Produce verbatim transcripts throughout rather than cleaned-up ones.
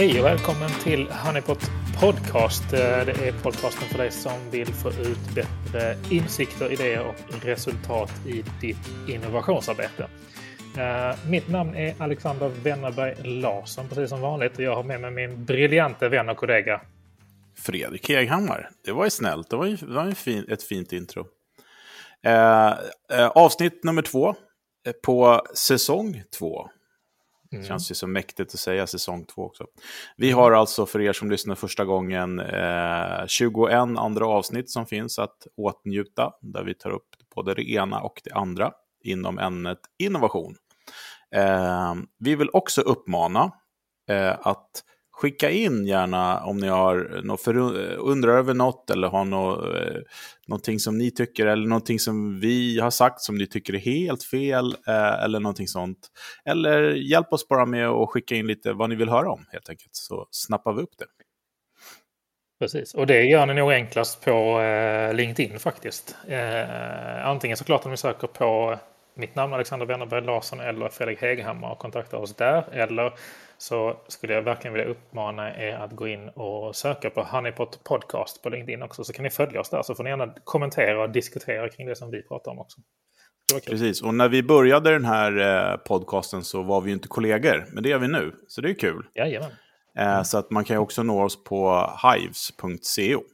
Hej och välkommen till Honeypot Podcast. Det är podcasten för dig som vill få ut bättre insikter, idéer och resultat i ditt innovationsarbete. Mitt namn är Alexander Wennerberg Larsson, precis som vanligt. Och jag har med mig min briljanta vän och kollega Fredrik Heghammar. Det var ju snällt. Det var ju, det var ju fin, ett fint intro. Eh, eh, avsnitt nummer två på säsong två. Mm. Känns ju så mäktigt att säga säsong två också. Vi har alltså, för er som lyssnar första gången, eh, tjugoett andra avsnitt som finns att åtnjuta. Där vi tar upp både det ena och det andra inom ämnet innovation. Eh, vi vill också uppmana eh, att skicka in gärna om ni har något för, undrar över något eller har något, eh, någonting som ni tycker eller någonting som vi har sagt som ni tycker är helt fel eh, eller någonting sånt. Eller hjälp oss bara med att skicka in lite vad ni vill höra om helt enkelt, så snappar vi upp det. Precis, och det gör ni nog enklast på eh, LinkedIn faktiskt. Eh, antingen såklart om ni söker på mitt namn Alexander Wennerberg Larsson eller Fredrik Heghammar och kontakta oss där, eller så skulle jag verkligen vilja uppmana er att gå in och söka på Honeypot Podcast på LinkedIn också, så kan ni följa oss där, så får ni gärna kommentera och diskutera kring det som vi pratar om också. Precis, och när vi började den här podcasten så var vi ju inte kollegor, men det är vi nu, så det är kul. Jajamän. Mm. Så att man kan ju också nå oss på hives punkt co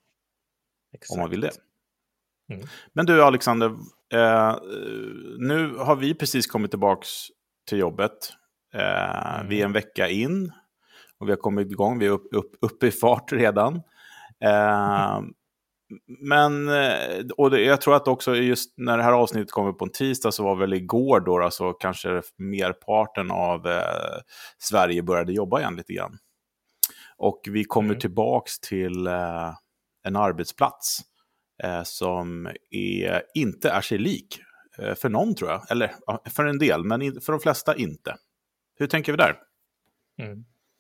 om man vill det. Mm. Men du Alexander, eh, nu har vi precis kommit tillbaks till jobbet. Eh, mm. Vi är en vecka in och vi har kommit igång, vi är upp, upp, uppe i fart redan. Eh, mm. Men, och det, jag tror att också just när det här avsnittet kommer på en tisdag så var väl igår då, alltså kanske merparten av eh, Sverige började jobba igen lite grann. Och vi kommer mm. tillbaks till eh, en arbetsplats eh, som är, inte är sig lik eh, för någon tror jag, eller för en del, men in, för de flesta inte. Hur tänker vi där? Mm.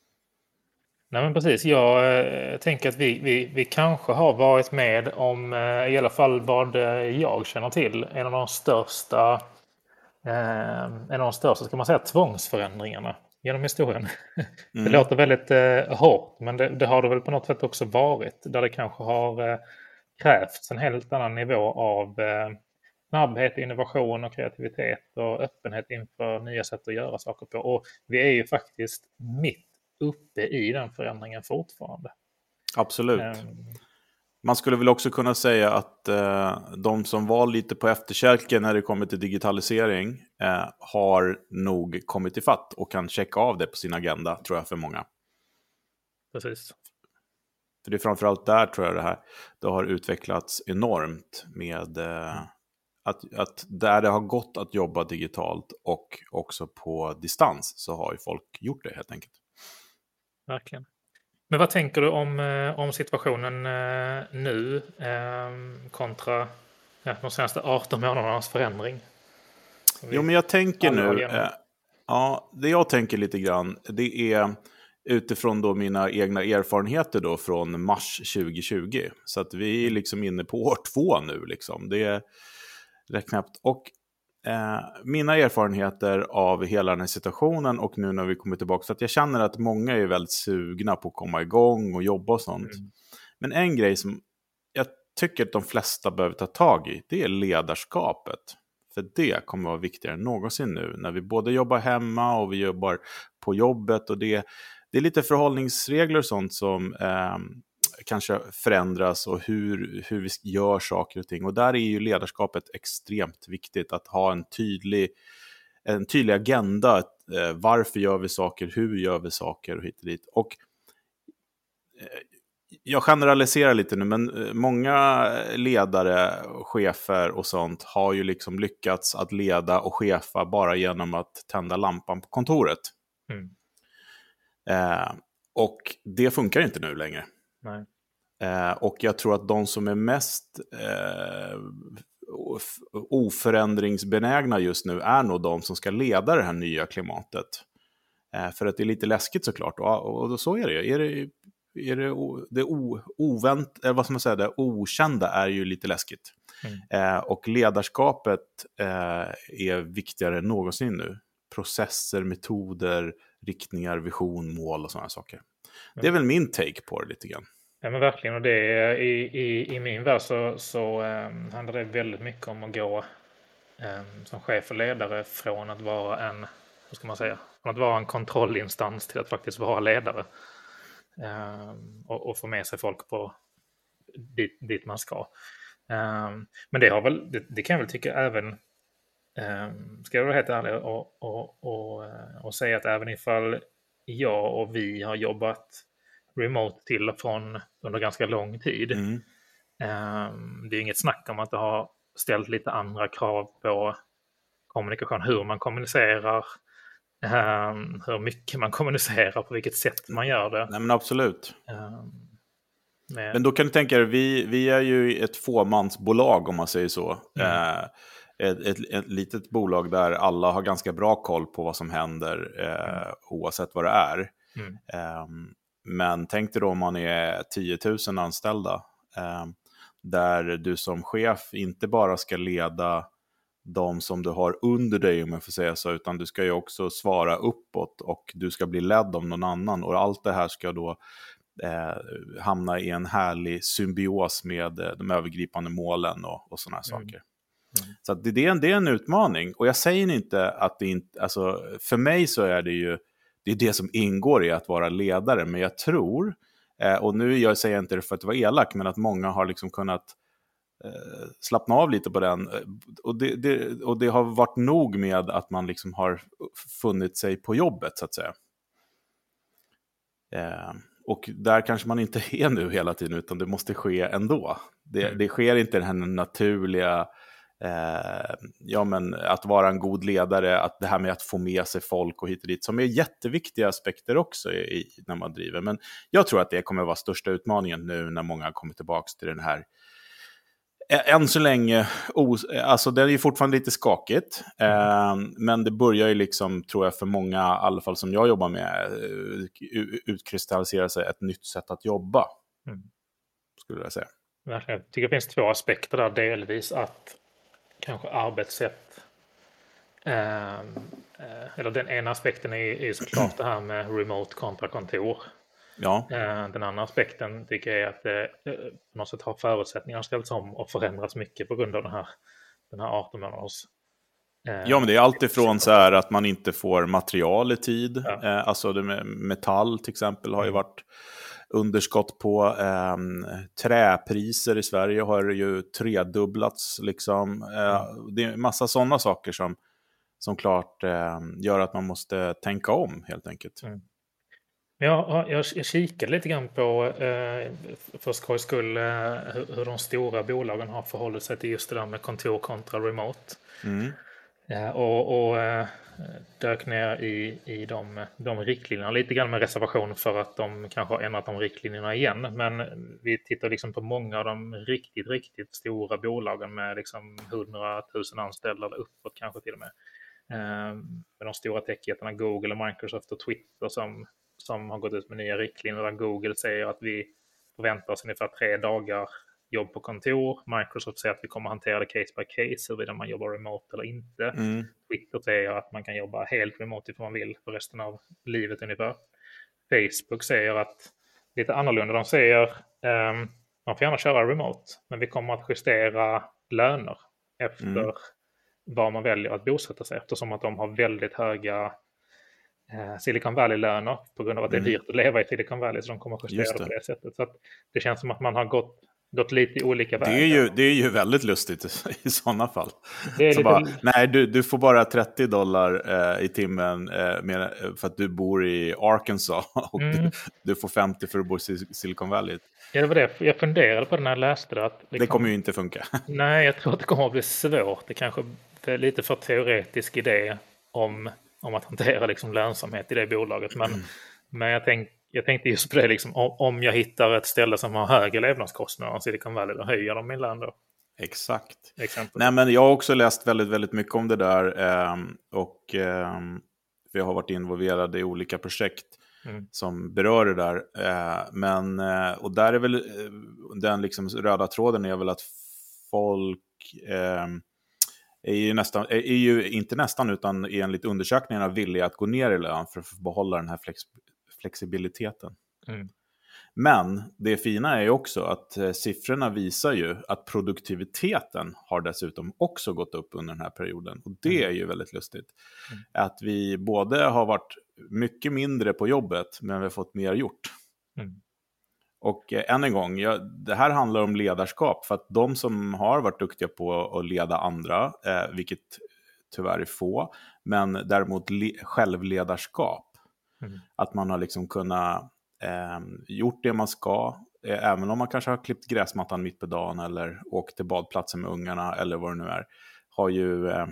Nej men precis, jag eh, tänker att vi, vi, vi kanske har varit med om, eh, i alla fall vad jag känner till, en av de största, eh, en av de största, ska man säga, tvångsförändringarna genom historien. Mm. Det låter väldigt eh, hårt, men det, det har det väl på något sätt också varit, där det kanske har eh, krävts en helt annan nivå av eh, snabbhet, innovation och kreativitet och öppenhet inför nya sätt att göra saker på. Och vi är ju faktiskt mitt uppe i den förändringen fortfarande. Absolut. Um, Man skulle väl också kunna säga att eh, de som var lite på efterkälken när det kommer till digitalisering eh, har nog kommit i fatt och kan checka av det på sin agenda, tror jag, för många. Precis. För det är framförallt där, tror jag, det här det har utvecklats enormt med eh, mm. att, att där det har gått att jobba digitalt och också på distans så har ju folk gjort det helt enkelt. Verkligen. Men vad tänker du om, om situationen nu eh, kontra ja, de senaste arton månadernas förändring? Jo, men jag tänker nu, eh, ja, det jag tänker lite grann, det är utifrån då mina egna erfarenheter då från mars tjugo tjugo. Så att vi är liksom inne på år två nu liksom. Det är rätt knappt. Och Eh, mina erfarenheter av hela den här situationen och nu när vi kommer tillbaka, så att jag känner att många är väldigt sugna på att komma igång och jobba och sånt. Mm. Men en grej som jag tycker att de flesta behöver ta tag i, det är ledarskapet. För det kommer vara viktigare än någonsin nu när vi både jobbar hemma och vi jobbar på jobbet, och det, det är lite förhållningsregler och sånt som eh, kanske förändras och hur, hur vi gör saker och ting. Och där är ju ledarskapet extremt viktigt, att ha en tydlig, en tydlig agenda. Eh, varför gör vi saker, hur gör vi saker och hit och dit. Och eh, jag generaliserar lite nu, men många ledare, chefer och sånt har ju liksom lyckats att leda och chefa bara genom att tända lampan på kontoret. Mm. Eh, och det funkar inte nu längre. Nej. Eh, och jag tror att de som är mest eh, oförändringsbenägna just nu är nog de som ska leda det här nya klimatet. Eh, för att det är lite läskigt såklart. Och, och så är det. Är det, är det, det o, ovänt, eller vad ska man säga, det okända är ju lite läskigt. Mm. Eh, och ledarskapet eh, är viktigare än någonsin nu. Processer, metoder, riktningar, vision, mål och sådana saker. Det är väl min take på det lite grann. Ja, men verkligen. Och det är, i, i, i min värld så, så um, handlar det väldigt mycket om att gå um, som chef och ledare från att vara en, hur ska man säga, från att vara en kontrollinstans till att faktiskt vara ledare. Um, och, och få med sig folk på dit, dit man ska. Um, men det har väl, det, det kan jag väl tycka även, um, ska jag vara helt ärlig och, och, och, och säga att även ifall jag och vi har jobbat remote till och från under ganska lång tid. Mm. Um, det är inget snack om att det har ställt lite andra krav på kommunikation, hur man kommunicerar, um, hur mycket man kommunicerar, på vilket sätt man gör det. Nej, men absolut. Um, med... Men då kan du tänka dig, vi, vi är ju ett fåmansbolag om man säger så. Mm. Uh, ett, ett, ett litet bolag där alla har ganska bra koll på vad som händer uh, mm. oavsett vad det är. Mm. Um, Men tänk dig då om man är tio tusen anställda. Eh, där du som chef inte bara ska leda de som du har under dig, om jag får säga så. Utan du ska ju också svara uppåt och du ska bli ledd av någon annan. Och allt det här ska då eh, hamna i en härlig symbios med eh, de övergripande målen och, och sådana mm. saker. Mm. Så att det, det, är en, det är en utmaning. Och jag säger inte att det inte... Alltså, för mig så är det ju... Det är det som ingår i att vara ledare. Men jag tror, eh, och nu jag säger inte det för att vara elak, men att många har liksom kunnat eh, slappna av lite på den. Och det, det, och det har varit nog med att man liksom har funnit sig på jobbet, så att säga. Eh, och där kanske man inte är nu hela tiden, utan det måste ske ändå. Det, mm. det sker inte den här naturliga... Eh, ja, men att vara en god ledare, att det här med att få med sig folk och hit och dit, som är jätteviktiga aspekter också i, i, när man driver. Men jag tror att det kommer att vara största utmaningen nu när många kommer tillbaka till den här än så länge, os, alltså det är ju fortfarande lite skakigt, eh, men det börjar ju liksom, tror jag, för många, i alla fall som jag jobbar med, utkristallisera sig ett nytt sätt att jobba, mm. skulle jag säga. Jag tycker det finns två aspekter där, delvis att kanske arbetssätt, eh, eller den ena aspekten är, är såklart det här med remote kontra kontor. Ja. Eh, den andra aspekten tycker jag är att det eh, på något sätt har förutsättningar ställts om och förändrats mycket på grund av den här, den här arton månaders. Eh, ja, men det är alltifrån så här att man inte får material i tid. Ja. Eh, alltså det med metall till exempel har ju varit underskott på. Eh, träpriser i Sverige har ju tredubblats liksom. Eh, mm. Det är en massa sådana saker som, som klart eh, gör att man måste tänka om helt enkelt. Mm. Ja, jag, jag kikade lite grann på, eh, för skojs skull, eh, hur, hur de stora bolagen har förhållit sig till just det där med kontor kontra remote. Mm. Eh, och och eh, dök ner i, i de, de riktlinjerna, lite grann med reservation för att de kanske har ändrat de riktlinjerna igen. Men vi tittar liksom på många av de riktigt, riktigt stora bolagen med liksom hundratusen anställda eller uppåt kanske till och med. Eh, med de stora techjättarna Google och Microsoft och Twitter som som har gått ut med nya riktlinjer där Google säger att vi förväntar oss ungefär tre dagar jobb på kontor. Microsoft säger att vi kommer att hantera det case by case, huruvida man jobbar remote eller inte. Mm. Twitter säger att man kan jobba helt remote ifall man vill för resten av livet ungefär. Facebook säger att lite annorlunda. De säger um, man får gärna köra remote, men vi kommer att justera löner efter mm. var man väljer att bosätta sig, eftersom att de har väldigt höga Silicon Valley-löner på grund av att det är dyrt att leva i Silicon Valley, så de kommer att justera det på det sättet. Så att det känns som att man har gått, gått lite i olika vägar. Det är ju, det är ju väldigt lustigt i sådana fall. Det är så lite... bara, nej, du, du får bara trettio dollar eh, i timmen eh, med, för att du bor i Arkansas och mm. du, du får femtio för att bo i Silicon Valley. Ja, det var det. Jag funderade på det när jag läste det. Att det, det kommer ju inte funka. Nej, jag tror att det kommer att bli svårt. Det kanske är lite för teoretisk idé om... om att hantera liksom lönsamhet i det bolaget. Men, mm. men jag, tänk, jag tänkte just på det, liksom, om jag hittar ett ställe som har högre levnadskostnader än Silicon Valley, då höjer de min lön då. Exakt. Exempel. Nej, men jag har också läst väldigt, väldigt mycket om det där. Eh, och eh, för jag har varit involverad i olika projekt mm. som berör det där. Eh, men, eh, och där är väl den liksom röda tråden är väl att folk... Eh, är ju, nästan, är ju inte nästan utan enligt undersökningarna villiga att gå ner i lön för att behålla den här flex, flexibiliteten. Mm. Men det fina är ju också att eh, siffrorna visar ju att produktiviteten har dessutom också gått upp under den här perioden. Och det mm. är ju väldigt lustigt. Mm. Att vi både har varit mycket mindre på jobbet, men vi har fått mer gjort. Mm. Och eh, än en gång, ja, det här handlar om ledarskap. För att de som har varit duktiga på att leda andra, eh, vilket tyvärr är få, men däremot le- självledarskap. Mm. Att man har liksom kunnat eh, gjort det man ska, eh, även om man kanske har klippt gräsmattan mitt på dagen eller åkt till badplatsen med ungarna eller vad det nu är, har ju eh,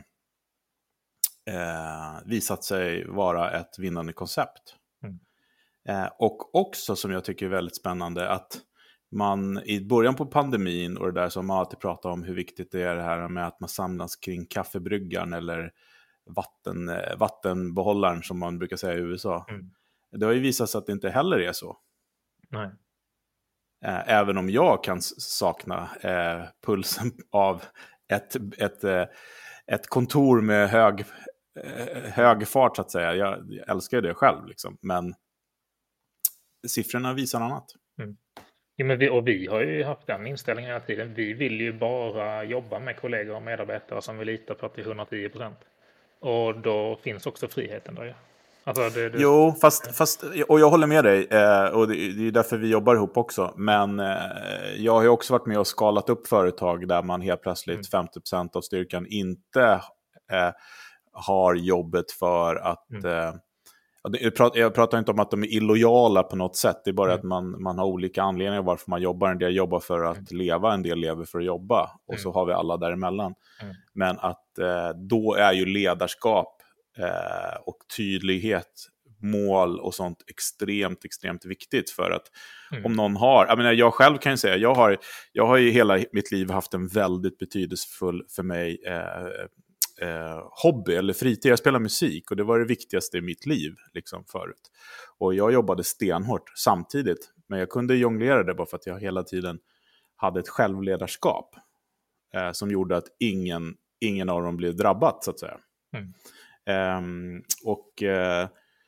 eh, visat sig vara ett vinnande koncept. Mm. Eh, och också, som jag tycker är väldigt spännande, att man i början på pandemin och det där som man alltid pratar om hur viktigt det är det här med att man samlas kring kaffebryggan eller vatten, vattenbehållaren som man brukar säga i U S A. Mm. Det har ju visat sig att det inte heller är så. Nej. Eh, även om jag kan sakna eh, pulsen av ett, ett, ett, ett kontor med hög, eh, hög fart så att säga. Jag, jag älskar det själv liksom. Men siffrorna visar annat. Mm. Ja, men vi, och vi har ju haft den inställningen hela tiden. Vi vill ju bara jobba med kollegor och medarbetare som vi litar på till hundratio procent. Och då finns också friheten där. Ja. Alltså det, det... Jo, fast, fast, och jag håller med dig. Eh, och det, det är därför vi jobbar ihop också. Men eh, jag har ju också varit med och skalat upp företag där man helt plötsligt mm. femtio procent av styrkan inte eh, har jobbet för att... Mm. Eh, Jag pratar inte om att de är illojala på något sätt. Det är bara mm. att man, man har olika anledningar varför man jobbar. En del jobbar för att mm. leva, en del lever för att jobba. Och mm. så har vi alla däremellan. Mm. Men att eh, då är ju ledarskap eh, och tydlighet, mål och sånt extremt, extremt viktigt. För att mm. om någon har... Jag menar, jag själv kan ju säga, jag har, jag har ju hela mitt liv haft en väldigt betydelsefull för mig... Eh, Eh, hobby eller fritid. Jag spelar musik och det var det viktigaste i mitt liv liksom förut. Och jag jobbade stenhårt samtidigt, men jag kunde jonglera det bara för att jag hela tiden hade ett självledarskap eh, som gjorde att ingen, ingen av dem blev drabbat så att säga. Mm. Eh, och eh,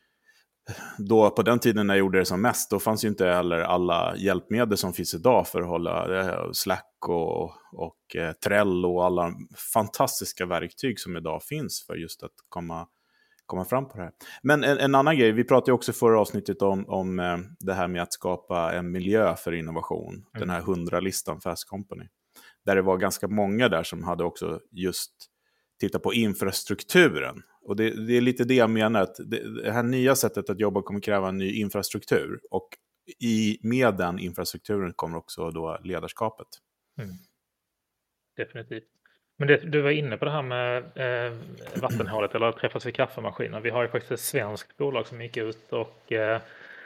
då på den tiden när jag gjorde det som mest, då fanns ju inte heller alla hjälpmedel som finns idag för att hålla eh, Slack och, och eh, Trello och alla fantastiska verktyg som idag finns för just att komma, komma fram på det här. Men en, en annan grej, vi pratade också i förra avsnittet om, om eh, det här med att skapa en miljö för innovation. Mm. Den här hundra-listan Fast Company. Där det var ganska många där som hade också just tittat på infrastrukturen. Och det, det är lite det jag menar, att det, det här nya sättet att jobba kommer kräva en ny infrastruktur. Och i, med den infrastrukturen kommer också då ledarskapet. Mm. Definitivt. Men det, du var inne på det här med eh, vattenhålet eller att träffas vid kaffemaskinen. Vi har ju faktiskt ett svenskt bolag som gick ut och eh,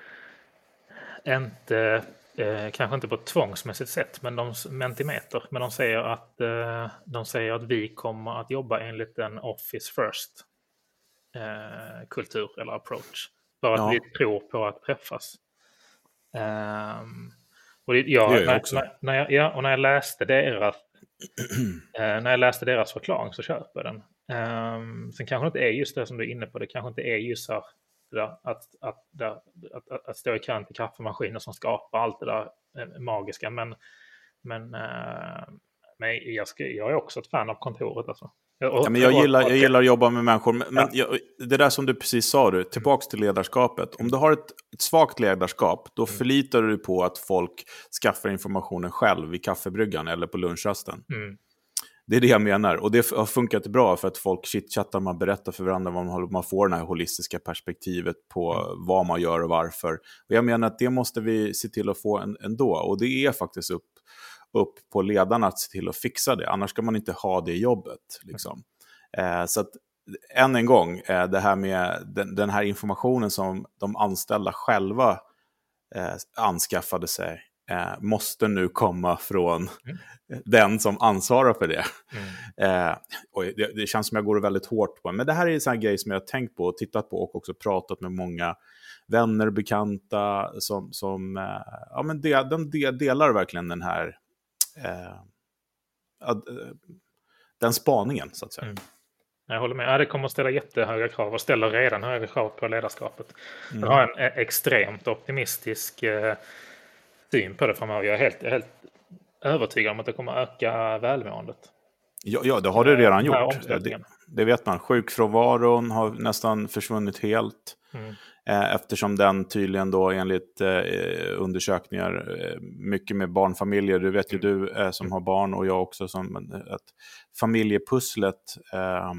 inte, eh, kanske inte på ett tvångsmässigt sätt, men de mentimeter. Men de säger att, eh, de säger att vi kommer att jobba enligt en Office First eh, kultur eller approach. För att ja. vi tror på att träffas. Um, och det, ja, det när, när, när, jag, ja, och när jag läste deras eh, när jag läste deras förklaring så köper jag den. Um, sen kanske det inte är just det som du är inne på. Det kanske inte är just så där, att, att, att, att, att, att stå i kön till kaffemaskiner som skapar allt det där eh, magiska. Men, men, uh, men jag, ska, jag är också ett fan av kontoret. Alltså. Ja, men jag, gillar, jag gillar att jobba med människor. Men, ja. men jag, det där som du precis sa, du, tillbaka till ledarskapet. Om du har ett, ett svagt ledarskap, då mm. förlitar du på att folk skaffar informationen själv vid kaffebryggan eller på lunchrasten. Mm. Det är det jag menar. Och det har funkat bra för att folk chitchattar, man berättar för varandra vad man, man får det här holistiska perspektivet på mm. vad man gör och varför. Och jag menar att det måste vi se till att få en, ändå. Och det är faktiskt upp upp på ledarna att se till att fixa det. Annars ska man inte ha det jobbet. Liksom. Eh, så att, än en gång, eh, det här med den, den här informationen som de anställda själva eh, anskaffade sig eh, måste nu komma från mm. den som ansvarar för det. Mm. Eh, och det. Det känns som jag går väldigt hårt på. Men det här är en sån här grej som jag har tänkt på och tittat på och också pratat med många vänner, bekanta som, som eh, ja, men de, de delar verkligen den här Eh, den spaningen så att säga. Mm. Jag håller med. Ja, det kommer att ställa jättehöga krav och ställer redan höga krav på ledarskapet. Mm. Jag har en extremt optimistisk eh, syn på det framöver. Jag är helt, helt övertygad om att det kommer att öka välmåendet. Ja, ja, det har det redan gjort. Det, det vet man. Sjukfrånvaron har nästan försvunnit helt. Mm. Eh, eftersom den tydligen då enligt eh, undersökningar eh, mycket med barnfamiljer, du vet ju mm. du eh, som har barn och jag också, som att familjepusslet eh,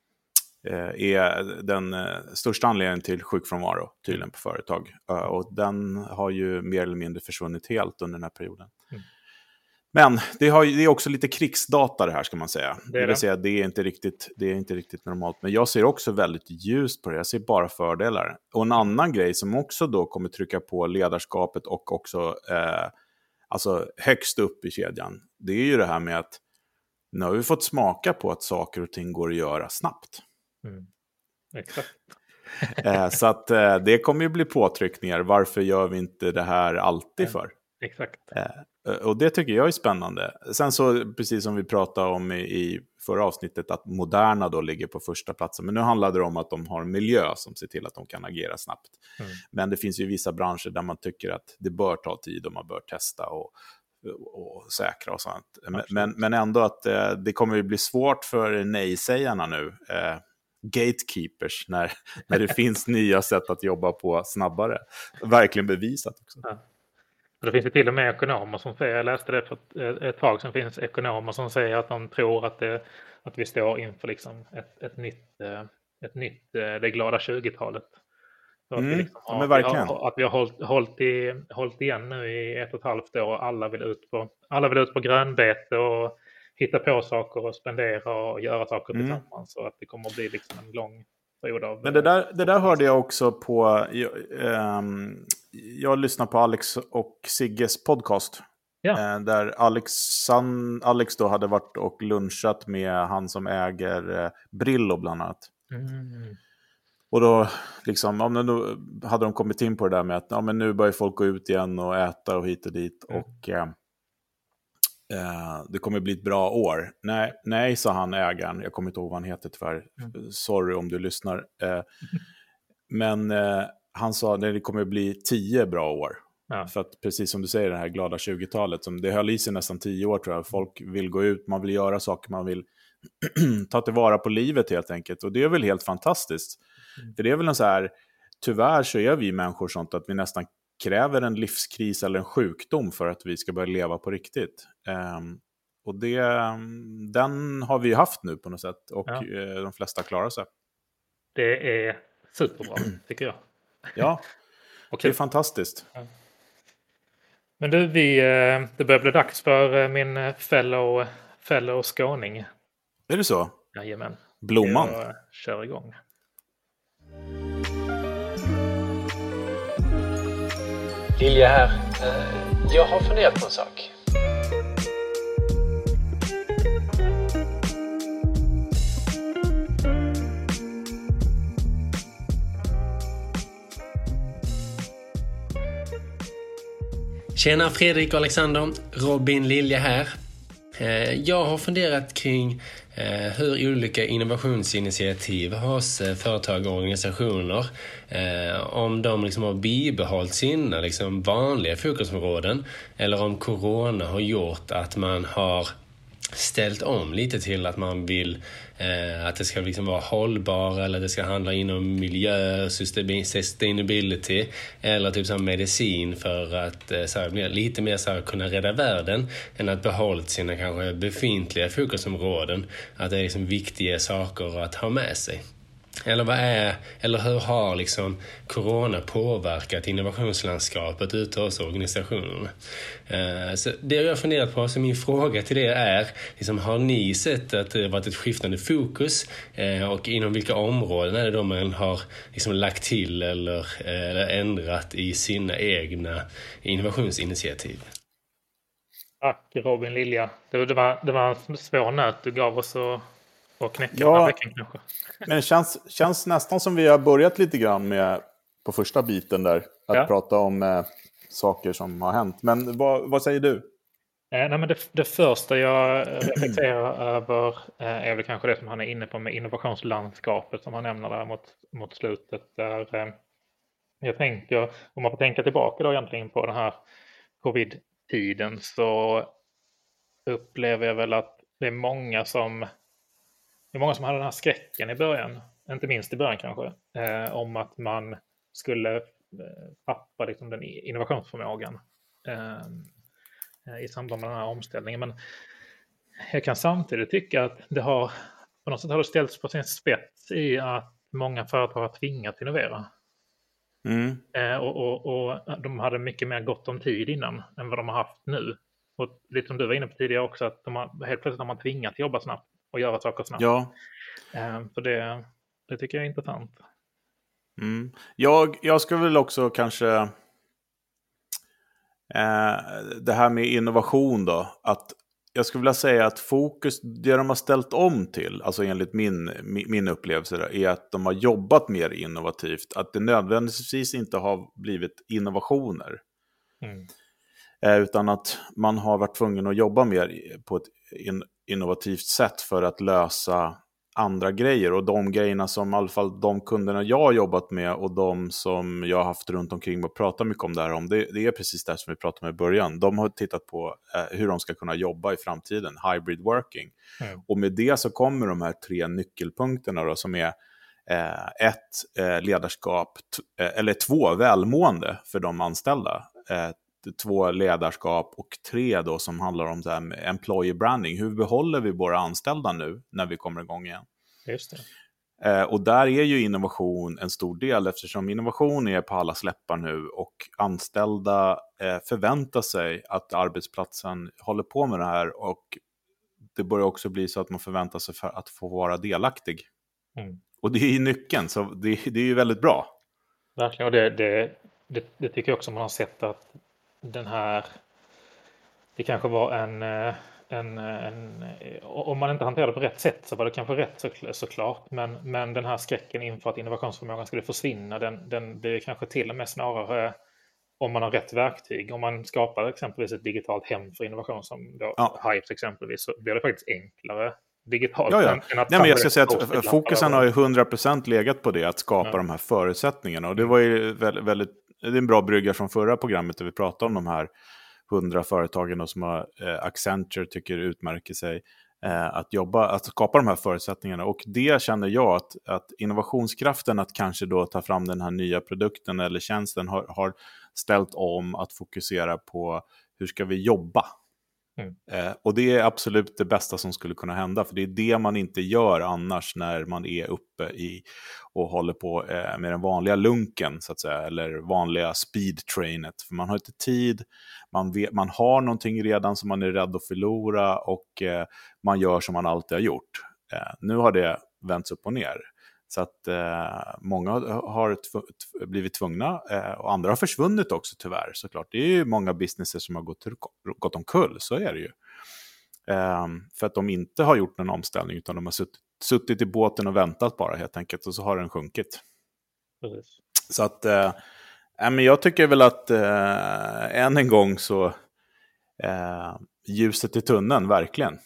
är den största anledningen till sjukfrånvaro tydligen på företag. Och den har ju mer eller mindre försvunnit helt under den här perioden. Mm. Men det, har, det är också lite krigsdata det här ska man säga. Det, det vill säga det är inte riktigt, det är inte riktigt normalt. Men jag ser också väldigt ljust på det. Jag ser bara fördelar. Och en annan grej som också då kommer trycka på ledarskapet och också eh, alltså högst upp i kedjan. Det är ju det här med att nu har vi fått smaka på att saker och ting går att göra snabbt. Mm. Exakt. eh, så att eh, det kommer ju bli påtryckningar. Varför gör vi inte det här alltid mm. för? Exakt. Eh, och det tycker jag är spännande. Sen så, precis som vi pratade om i, i förra avsnittet, att Moderna då ligger på första platsen. Men nu handlar det om att de har en miljö som ser till att de kan agera snabbt. Mm. Men det finns ju vissa branscher där man tycker att det bör ta tid och man bör testa och och säkra och sånt. Men, men ändå att eh, det kommer ju bli svårt för nej-sägarna nu, eh, gatekeepers, när, när det finns nya sätt att jobba på snabbare. Verkligen bevisat också. Ja. Det finns ju till och med ekonomer som säger, jag läste det för ett, ett tag som finns ekonomer som säger att de tror att, det, att vi står inför liksom ett, ett nytt, ett nytt det glada tjugotalet. Att, mm, vi liksom har, men verkligen. Vi har, att vi har hållit, hållit, i, hållit igen nu i ett och ett halvt år och alla vill ut på, alla vill ut på grönbete och hitta på saker och spendera och göra saker mm. tillsammans. Så att det kommer att bli liksom en lång period av... Men det där, det där hörde jag också på... Jag, um, jag lyssnar på Alex och Sigges podcast. Ja. Uh, där Alex, han, Alex då hade varit och lunchat med han som äger uh, Brillo bland annat. Mm. Och då, liksom, ja, men då hade de kommit in på det där med att ja, men nu börjar folk gå ut igen och äta och hit och dit. Mm. Och eh, eh, det kommer bli ett bra år. Nej, nej, sa han ägaren. Jag kommer inte ihåg vad han heter tyvärr. Mm. Sorry om du lyssnar. Eh, mm. Men eh, han sa att det kommer bli tio bra år. Ja. För att precis som du säger, det här glada tjugotalet. Som det höll i sig nästan tio år tror jag. Folk vill gå ut, man vill göra saker, man vill ta tillvara på livet helt enkelt. Och det är väl helt fantastiskt. Mm. För det är väl en så här, tyvärr så är vi människor sånt att vi nästan kräver en livskris eller en sjukdom för att vi ska börja leva på riktigt. Um, och det, den har vi haft nu på något sätt. Och ja. uh, de flesta klarar sig. Det är superbra, tycker jag. Ja, okay. Det är fantastiskt. Ja. Men du, vi, det börjar bli dags för min fellow, fellow skåning. Är det så? Jajamän. Blomman. Jag kör igång. Lilja här. Jag har funderat på en sak. Tjena Fredrik och Alexander, Robin Lilja här. Jag har funderat kring hur olika innovationsinitiativ hos företag och organisationer, om de liksom har bibehållit sina liksom vanliga fokusområden eller om corona har gjort att man har ställt om lite till att man vill eh, att det ska liksom vara hållbar eller det ska handla inom miljö, sustainability eller typ som medicin för att eh, så här, lite mer så här, kunna rädda världen än att behålla sina kanske befintliga fokusområden, att det är liksom viktiga saker att ha med sig. Eller vad är, eller hur har liksom corona påverkat innovationslandskapet ute hos organisationerna? Eh, så det jag har funderat på, så min fråga till det är, liksom, har ni sett att det har varit ett skiftande fokus eh, och inom vilka områden är det då man har liksom lagt till eller, eh, eller ändrat i sina egna innovationsinitiativ? Tack Robin Lilja. Det, det, var, det var en svår nöt du gav oss och Och knäcka ja, veckan, kanske. Men det känns, känns nästan som vi har börjat lite grann med på första biten där. Att ja. prata om eh, saker som har hänt. Men vad, vad säger du? Eh, nej, men det, det första jag reflekterar över eh, är väl kanske det som han är inne på med innovationslandskapet som han nämner där mot, mot slutet. Där, eh, jag tänker, om man får tänka tillbaka då egentligen på den här covid-tiden så upplever jag väl att det är många som, det är många som hade den här skräcken i början, inte minst i början kanske, eh, om att man skulle eh, tappa liksom den innovationsförmågan eh, i samband med den här omställningen. Men jag kan samtidigt tycka att det har på något sätt har det ställts på sin spets i att många företag har tvingats innovera. Mm. Eh, och, och, och de hade mycket mer gott om tid innan än vad de har haft nu. Och lite som du var inne på tidigare också, att de har, helt plötsligt har man tvingat jobba snabbt och göra saker snabbt. Ja. Eh, så det, det tycker jag är intressant. Mm. Jag, jag skulle väl också kanske eh, det här med innovation då, att jag skulle vilja säga att fokus, det de har ställt om till, alltså enligt min, min, min upplevelse där, är att de har jobbat mer innovativt, att det nödvändigtvis inte har blivit innovationer. Mm. Eh, utan att man har varit tvungen att jobba mer på ett in, innovativt sätt för att lösa andra grejer. Och de grejerna som i alla fall de kunderna jag har jobbat med och de som jag har haft runt omkring och pratat mycket om det här om, det, det är precis det som vi pratade om i början. De har tittat på eh, hur de ska kunna jobba i framtiden, hybrid working. Mm. Och med det så kommer de här tre nyckelpunkterna då, som är eh, ett, eh, ledarskap, t- eh, eller två, välmående för de anställda. Eh, två, ledarskap, och tre då som handlar om det här med employee branding. Hur behåller vi våra anställda nu när vi kommer igång igen? Just det. Eh, och där är ju innovation en stor del, eftersom innovation är på alla släppar nu och anställda eh, förväntar sig att arbetsplatsen håller på med det här, och det börjar också bli så att man förväntar sig för att få vara delaktig. Mm. Och det är ju nyckeln, så det, det är ju väldigt bra. Verkligen, och det, det, det, det tycker jag också man har sett att den här, det kanske var en, en, en om man inte hanterade det på rätt sätt så var det kanske rätt så, såklart, men, men den här skräcken inför att innovationsförmågan skulle försvinna, den, den, det är kanske till och med snarare om man har rätt verktyg. Om man skapar exempelvis ett digitalt hem för innovation som då ja. Hypes exempelvis, så blir det faktiskt enklare digitalt. Ja, ja. Än, än att Nej, men jag ska säga att fokusen har ju hundra procent legat på det, att skapa ja. de här förutsättningarna. Och det var ju väldigt, väldigt, det är en bra brygga från förra programmet där vi pratade om de här hundra företagen och som har, eh, Accenture tycker utmärker sig eh, att jobba, att skapa de här förutsättningarna. Och det känner jag att, att innovationskraften att kanske då ta fram den här nya produkten eller tjänsten har, har ställt om att fokusera på hur ska vi jobba. Mm. Eh, och det är absolut det bästa som skulle kunna hända, för det är det man inte gör annars när man är uppe i och håller på eh, med den vanliga lunken så att säga, eller vanliga speedtrainet, för man har inte tid, man, vet, man har någonting redan som man är rädd att förlora, och eh, man gör som man alltid har gjort. Eh, nu har det vänts upp och ner. Så att eh, många har tv- t- blivit tvungna eh, och andra har försvunnit också tyvärr såklart. Det är ju många businesser som har gått, gått omkull, så är det ju. Eh, för att de inte har gjort någon omställning utan de har suttit, suttit i båten och väntat bara helt enkelt, och så har den sjunkit. Precis. Så att eh, men jag tycker väl att eh, än en gång så eh, ljuset i tunneln, verkligen.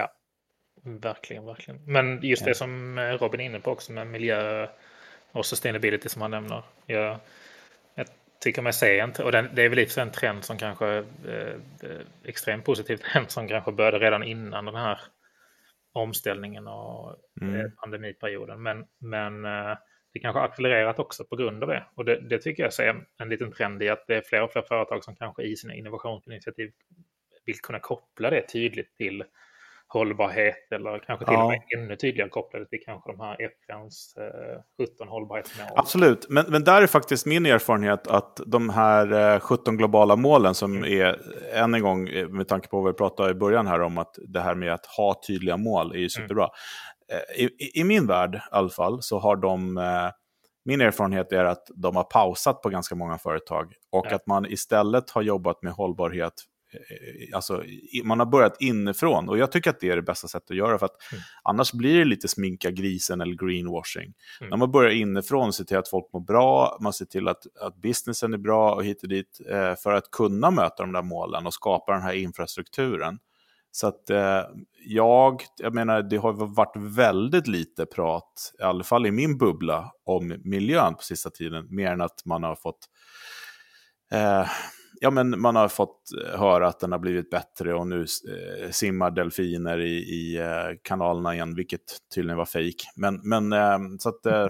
Verkligen, verkligen. Men just ja. det som Robin är inne på också med miljö och sustainability som han nämner. Jag, jag tycker mig se en, och den, det är väl lite en trend som kanske, eh, extremt positiv trend som kanske började redan innan den här omställningen och mm. eh, pandemiperioden. Men, men eh, det kanske har accelererat också på grund av det. Och det, det tycker jag ser en liten trend i att det är fler och fler företag som kanske i sina innovationsinitiativ vill kunna koppla det tydligt till hållbarhet, eller kanske till ja. och med ännu tydligare kopplade till kanske de här F N:s eh, sjutton hållbarhetsmål. Absolut, men, men där är faktiskt min erfarenhet att de här eh, sjutton globala målen som mm. är, än en gång med tanke på vad vi pratade i början här om, att det här med att ha tydliga mål är ju superbra. Mm. Eh, i, I min värld i alla fall så har de, eh, min erfarenhet är att de har pausat på ganska många företag, och ja. att man istället har jobbat med hållbarhet alltså, man har börjat inifrån. Och jag tycker att det är det bästa sättet att göra, för att mm. annars blir det lite sminka grisen eller greenwashing. Mm. När man börjar inifrån och ser till att folk mår bra, man ser till att, att businessen är bra och hit och dit, eh, för att kunna möta de där målen och skapa den här infrastrukturen. Så att eh, jag, jag menar, det har varit väldigt lite prat, i alla fall i min bubbla, om miljön på sista tiden, mer än att man har fått eh, ja, men man har fått höra att den har blivit bättre och nu eh, simmar delfiner i, i eh, kanalerna igen, vilket tydligen var fejk. Men, men eh, så att eh,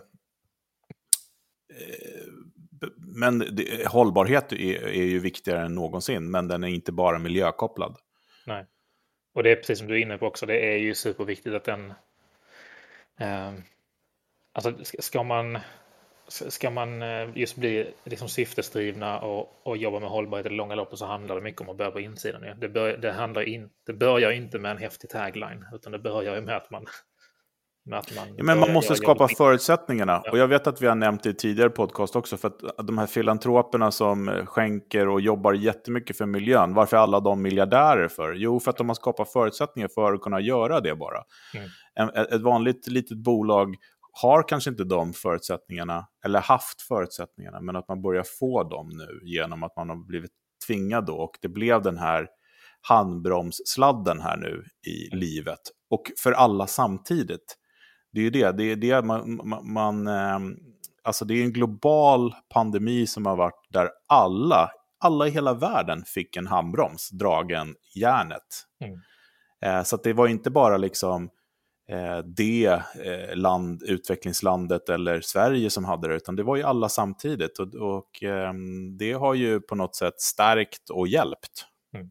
men det, hållbarhet är, är ju viktigare än någonsin, men den är inte bara miljökopplad. Nej. Och det är precis som du är inne på också, det är ju superviktigt att den eh, alltså ska man ska man just bli liksom syftesdrivna och, och jobba med hållbarhet i det långa loppet, så handlar det mycket om att börja på insidan. Det, bör, det, handlar in, det börjar inte med en häftig tagline, utan det börjar med att man med att man, ja, men man måste skapa förutsättningarna. Ja. Och jag vet att vi har nämnt det i tidigare podcast också, för att de här filantroperna som skänker och jobbar jättemycket för miljön, varför är alla de miljardärer för? Jo, för att de har skapat förutsättningar för att kunna göra det bara. Mm. En, ett vanligt litet bolag har kanske inte de förutsättningarna, eller haft förutsättningarna, men att man börjar få dem nu genom att man har blivit tvingad då, och det blev den här handbromssladden här nu i livet, och för alla samtidigt. Det är ju det, det är det man, man, man alltså det är en global pandemi som har varit där alla, alla i hela världen fick en handbroms dragen järnet. Mm. Eh, så att det var inte bara liksom eh, det eh, land, utvecklingslandet eller Sverige som hade det, utan det var ju alla samtidigt, och, och eh, det har ju på något sätt stärkt och hjälpt. Mm.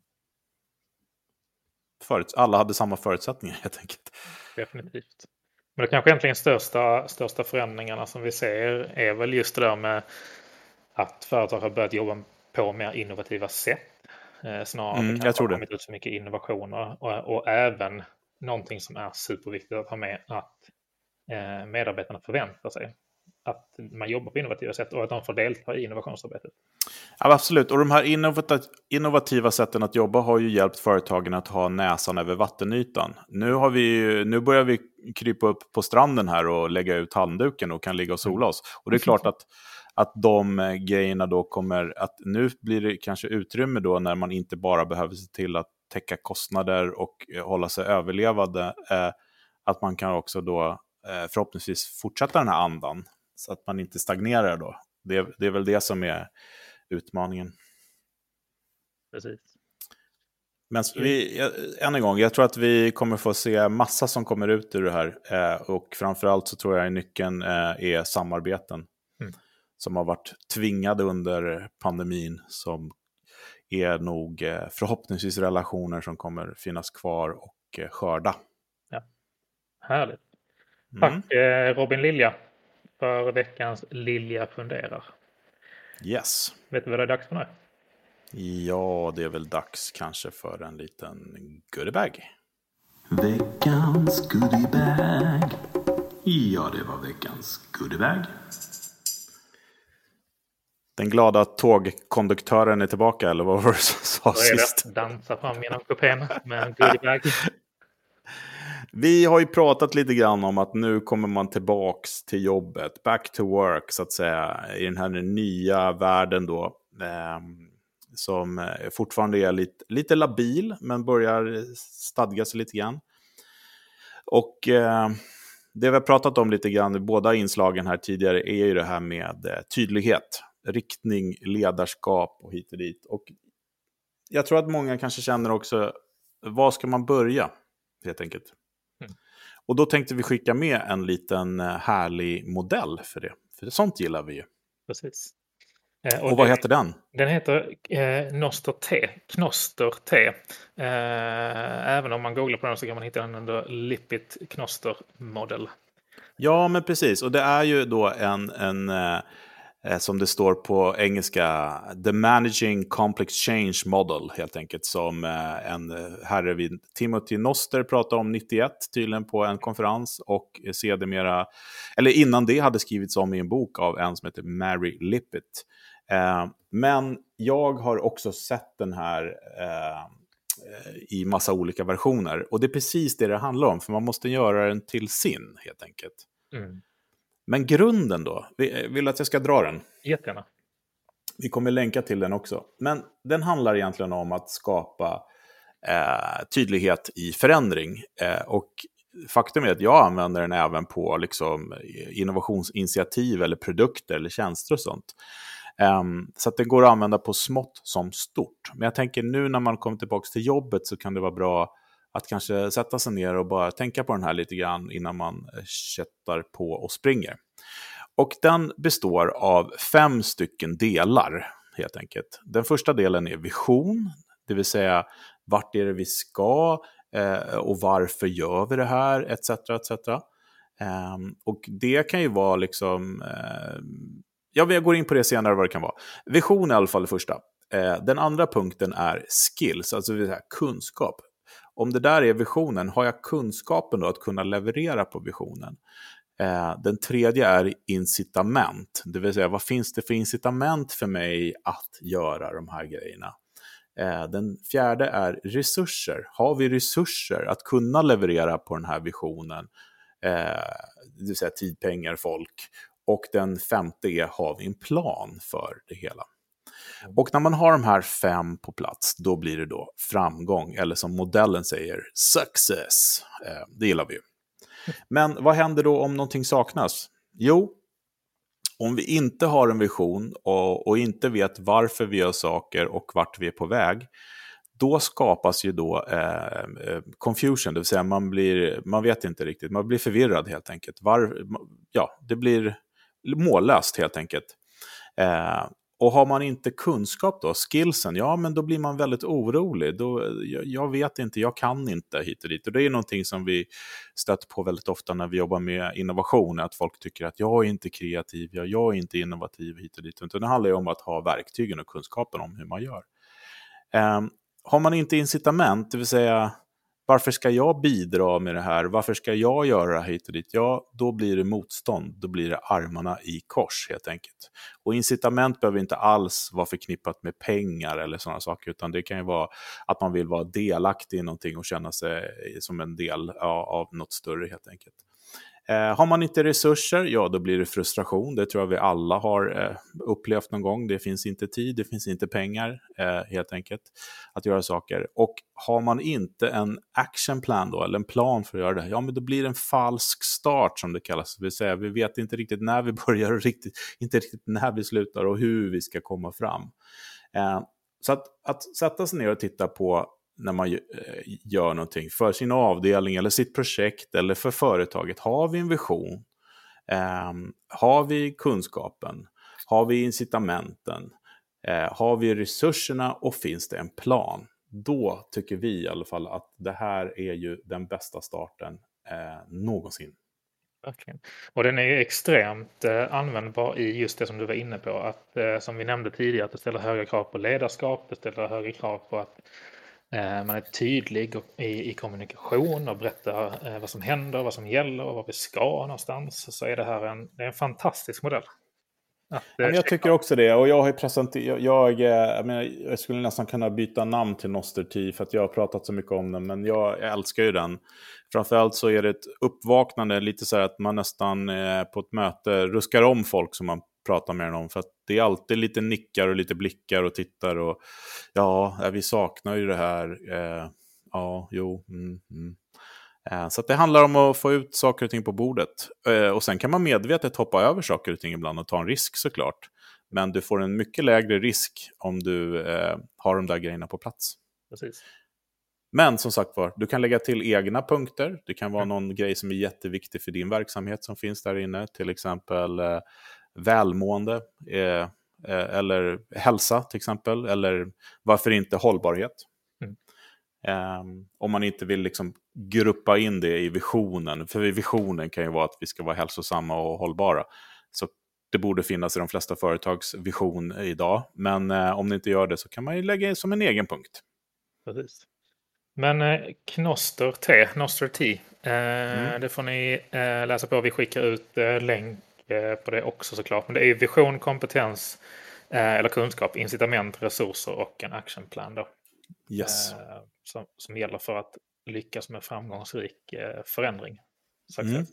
Förut, alla hade samma förutsättningar helt enkelt. Definitivt. Men det kanske egentligen största, största förändringarna som vi ser är väl just det där med att företag har börjat jobba på mer innovativa sätt. Eh, snarare mm, att det jag tror har kommit ut så mycket innovationer. Och, och även någonting som är superviktigt att ha med, att eh, medarbetarna förväntar sig att man jobbar på innovativa sätt och att de får delta i innovationsarbetet. Ja, absolut. Och de här innovativa sätten att jobba har ju hjälpt företagen att ha näsan över vattenytan. Nu, har vi, nu börjar vi krypa upp på stranden här och lägga ut handduken och kan ligga och sola oss. Och det är klart att, att de grejerna då kommer att, nu blir det kanske utrymme då när man inte bara behöver se till att täcka kostnader och hålla sig överlevande, eh, att man kan också då eh, förhoppningsvis fortsätta den här andan så att man inte stagnerar då. Det, det är väl det som är utmaningen. Precis. Men vi, än en gång, jag tror att vi kommer få se massa som kommer ut ur det här. Eh, och framförallt så tror jag att nyckeln eh, är samarbeten. Mm. Som har varit tvingade under pandemin. Som är nog eh, förhoppningsvis relationer som kommer finnas kvar och eh, skörda. Ja. Härligt. Tack mm. eh, Robin Lilja för veckans Lilja funderar. Yes. Vet du vad det är dags för nu? Ja, det är väl dags kanske för en liten goodiebag. Veckans goodiebag. Ja, det var veckans goodiebag. Den glada tågkonduktören är tillbaka, eller vad var det som sa sist? Dansa fram genom kupén med en goodiebag. Vi har ju pratat lite grann om att nu kommer man tillbaks till jobbet, back to work så att säga, i den här nya världen då, eh, som fortfarande är lite, lite labil men börjar stadga sig lite grann. Och eh, det vi har pratat om lite grann i båda inslagen här tidigare är ju det här med eh, tydlighet, riktning, ledarskap och hit och dit. Och jag tror att många kanske känner också, var ska man börja helt enkelt? Mm. Och då tänkte vi skicka med en liten härlig modell för det. För sånt gillar vi ju. Precis. Eh, och och vad det, heter den? Den heter eh, Noster T. Knoster T. Eh, även om man googlar på den så kan man hitta den under Lippitt Knoster Model. Ja, men precis. Och det är ju då en... en eh, som det står på engelska, The Managing Complex Change Model helt enkelt, som en herre vid Timothy Noster pratade om nittioett tydligen på en konferens, och sedermera, eller innan det hade skrivits om i en bok av en som heter Mary Lippitt. Eh, men jag har också sett den här eh, i massa olika versioner. Och det är precis det det handlar om, för man måste göra den till sin, helt enkelt. Mm. Men grunden då, vill att jag ska dra den? Jättegärna. Vi kommer länka till den också. Men den handlar egentligen om att skapa eh, tydlighet i förändring. Eh, och faktum är att jag använder den även på liksom, innovationsinitiativ eller produkter eller tjänster och sånt. Um, så att det går att använda på smått som stort. Men jag tänker nu när man kommer tillbaka till jobbet så kan det vara bra att kanske sätta sig ner och bara tänka på den här lite grann innan man köttar på och springer. Och den består av fem stycken delar helt enkelt. Den första delen är vision, det vill säga vart är det vi ska eh, och varför gör vi det här, et cetera et cetera. Um, och det kan ju vara liksom... Eh, Ja, jag går in på det senare vad det kan vara. Vision är i alla fall det första. Eh, den andra punkten är skills, alltså det här, kunskap. Om det där är visionen, har jag kunskapen då att kunna leverera på visionen? Eh, den tredje är incitament, det vill säga vad finns det för incitament för mig att göra de här grejerna? Eh, den fjärde är resurser. Har vi resurser att kunna leverera på den här visionen? Eh, det vill säga tid, pengar, folk. Och den femte är, har vi en plan för det hela? Och när man har de här fem på plats, då blir det då framgång. Eller som modellen säger, success. Eh, det gillar vi ju. Men vad händer då om någonting saknas? Jo, om vi inte har en vision och, och inte vet varför vi gör saker och vart vi är på väg, då skapas ju då eh, confusion, det vill säga man, blir, man vet inte riktigt, man blir förvirrad helt enkelt. Var, ja, det blir mållöst helt enkelt. Eh, och har man inte kunskap då, skillsen, ja men då blir man väldigt orolig. Då, jag, jag vet inte, jag kan inte hit och dit. Och det är någonting som vi stöter på väldigt ofta när vi jobbar med innovation, att folk tycker att jag är inte kreativ, jag, jag är inte innovativ hit och dit. Utan det handlar ju om att ha verktygen och kunskapen om hur man gör. Eh, har man inte incitament, det vill säga varför ska jag bidra med det här? Varför ska jag göra hit och dit? Ja, då blir det motstånd. Då blir det armarna i kors helt enkelt. Och incitament behöver inte alls vara förknippat med pengar eller sådana saker. Utan det kan ju vara att man vill vara delaktig i någonting och känna sig som en del av, av något större helt enkelt. Eh, har man inte resurser, ja då blir det frustration. Det tror jag vi alla har eh, upplevt någon gång. Det finns inte tid, det finns inte pengar eh, helt enkelt att göra saker. Och har man inte en actionplan då, eller en plan för att göra det, ja men då blir det en falsk start som det kallas. Det vill säga, vi vet inte riktigt när vi börjar och riktigt, inte riktigt när vi slutar och hur vi ska komma fram. Eh, så att, att sätta sig ner och titta på när man gör någonting för sin avdelning eller sitt projekt eller för företaget. Har vi en vision? Eh, har vi kunskapen? Har vi incitamenten? Eh, har vi resurserna och finns det en plan? Då tycker vi i alla fall att det här är ju den bästa starten eh, någonsin. Verkligen. Och den är ju extremt eh, användbar i just det som du var inne på. Att, eh, som vi nämnde tidigare, att det ställer höga krav på ledarskap. Det ställer höga krav på att man är tydlig i, i kommunikation och berättar eh, vad som händer, vad som gäller och vad vi ska någonstans. Så är det här en, det är en fantastisk modell. Att, ja, men jag tycker också det. Och jag har presenterat, jag, jag, jag, menar, jag skulle nästan kunna byta namn till Noster-T för att jag har pratat så mycket om den. Men jag, jag älskar ju den. Framförallt så är det ett uppvaknande, lite så här att man nästan eh, på ett möte ruskar om folk som man pratar med dem, för att det är alltid lite nickar och lite blickar och tittar och ja, vi saknar ju det här. Eh, ja, jo. Mm, mm. Eh, så att det handlar om att få ut saker och ting på bordet. Eh, och sen kan man medvetet hoppa över saker och ting ibland och ta en risk såklart. Men du får en mycket lägre risk om du eh, har de där grejerna på plats. Precis. Men som sagt var, du kan lägga till egna punkter. Det kan vara någon grej som är jätteviktig för din verksamhet som finns där inne. Till exempel eh, välmående eh, eller hälsa till exempel. Eller varför inte hållbarhet. Mm. Eh, om man inte vill liksom gruppa in det i visionen. För visionen kan ju vara att vi ska vara hälsosamma och hållbara. Så det borde finnas i de flesta företags vision idag. Men eh, om ni inte gör det så kan man ju lägga det som en egen punkt. Precis. Men eh, Knoster-T, Noster-T, eh, mm. det får ni eh, läsa på. Vi skickar ut eh, länk eh, på det också såklart. Men det är vision, kompetens, eller kunskap, incitament, resurser och en actionplan då. Yes. Som, som gäller för att lyckas med framgångsrik förändring. Mm.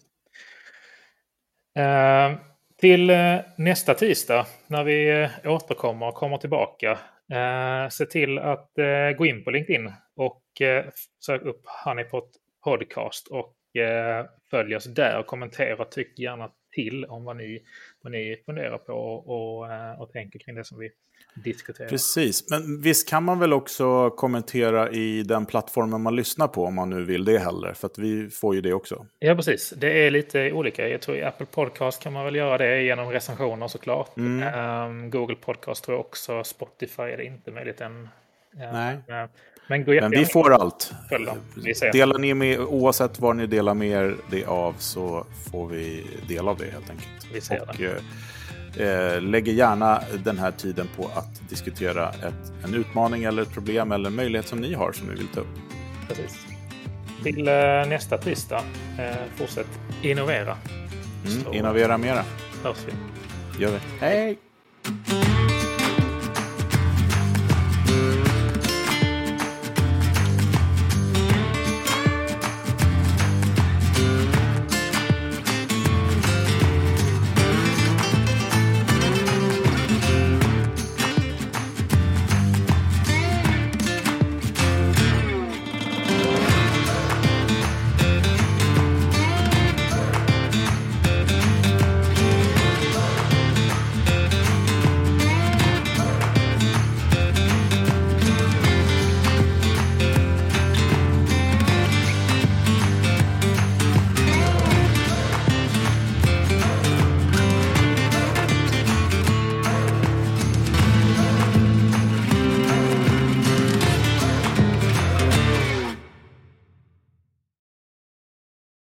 Uh, till uh, nästa tisdag när vi uh, återkommer och kommer tillbaka. Uh, se till att uh, gå in på LinkedIn och uh, sök upp Honeypot Podcast och uh, följ oss där och kommentera. Tyck gärna till om vad ni, vad ni funderar på och, och, uh, och tänker kring det som vi diskuterar. Precis, men visst kan man väl också kommentera i den plattformen man lyssnar på om man nu vill det heller, för att vi får ju det också. Ja, precis. Det är lite olika. Jag tror i Apple Podcast kan man väl göra det genom recensioner såklart. Mm. Um, Google Podcast tror jag också. Spotify är det inte möjligt än. Nej. Uh, men, gå men vi får allt. Vi ser. Delar ni med, oavsett vad ni delar med er det av, så får vi dela av det helt enkelt. Vi ser och, det. Eh, lägger gärna den här tiden på att diskutera ett, en utmaning eller ett problem eller en möjlighet som ni har som ni vill ta upp. Precis. Till eh, nästa tisdag. Eh, fortsätt innovera. Mm, innovera mera. Hörs vi. Gör vi. Hej!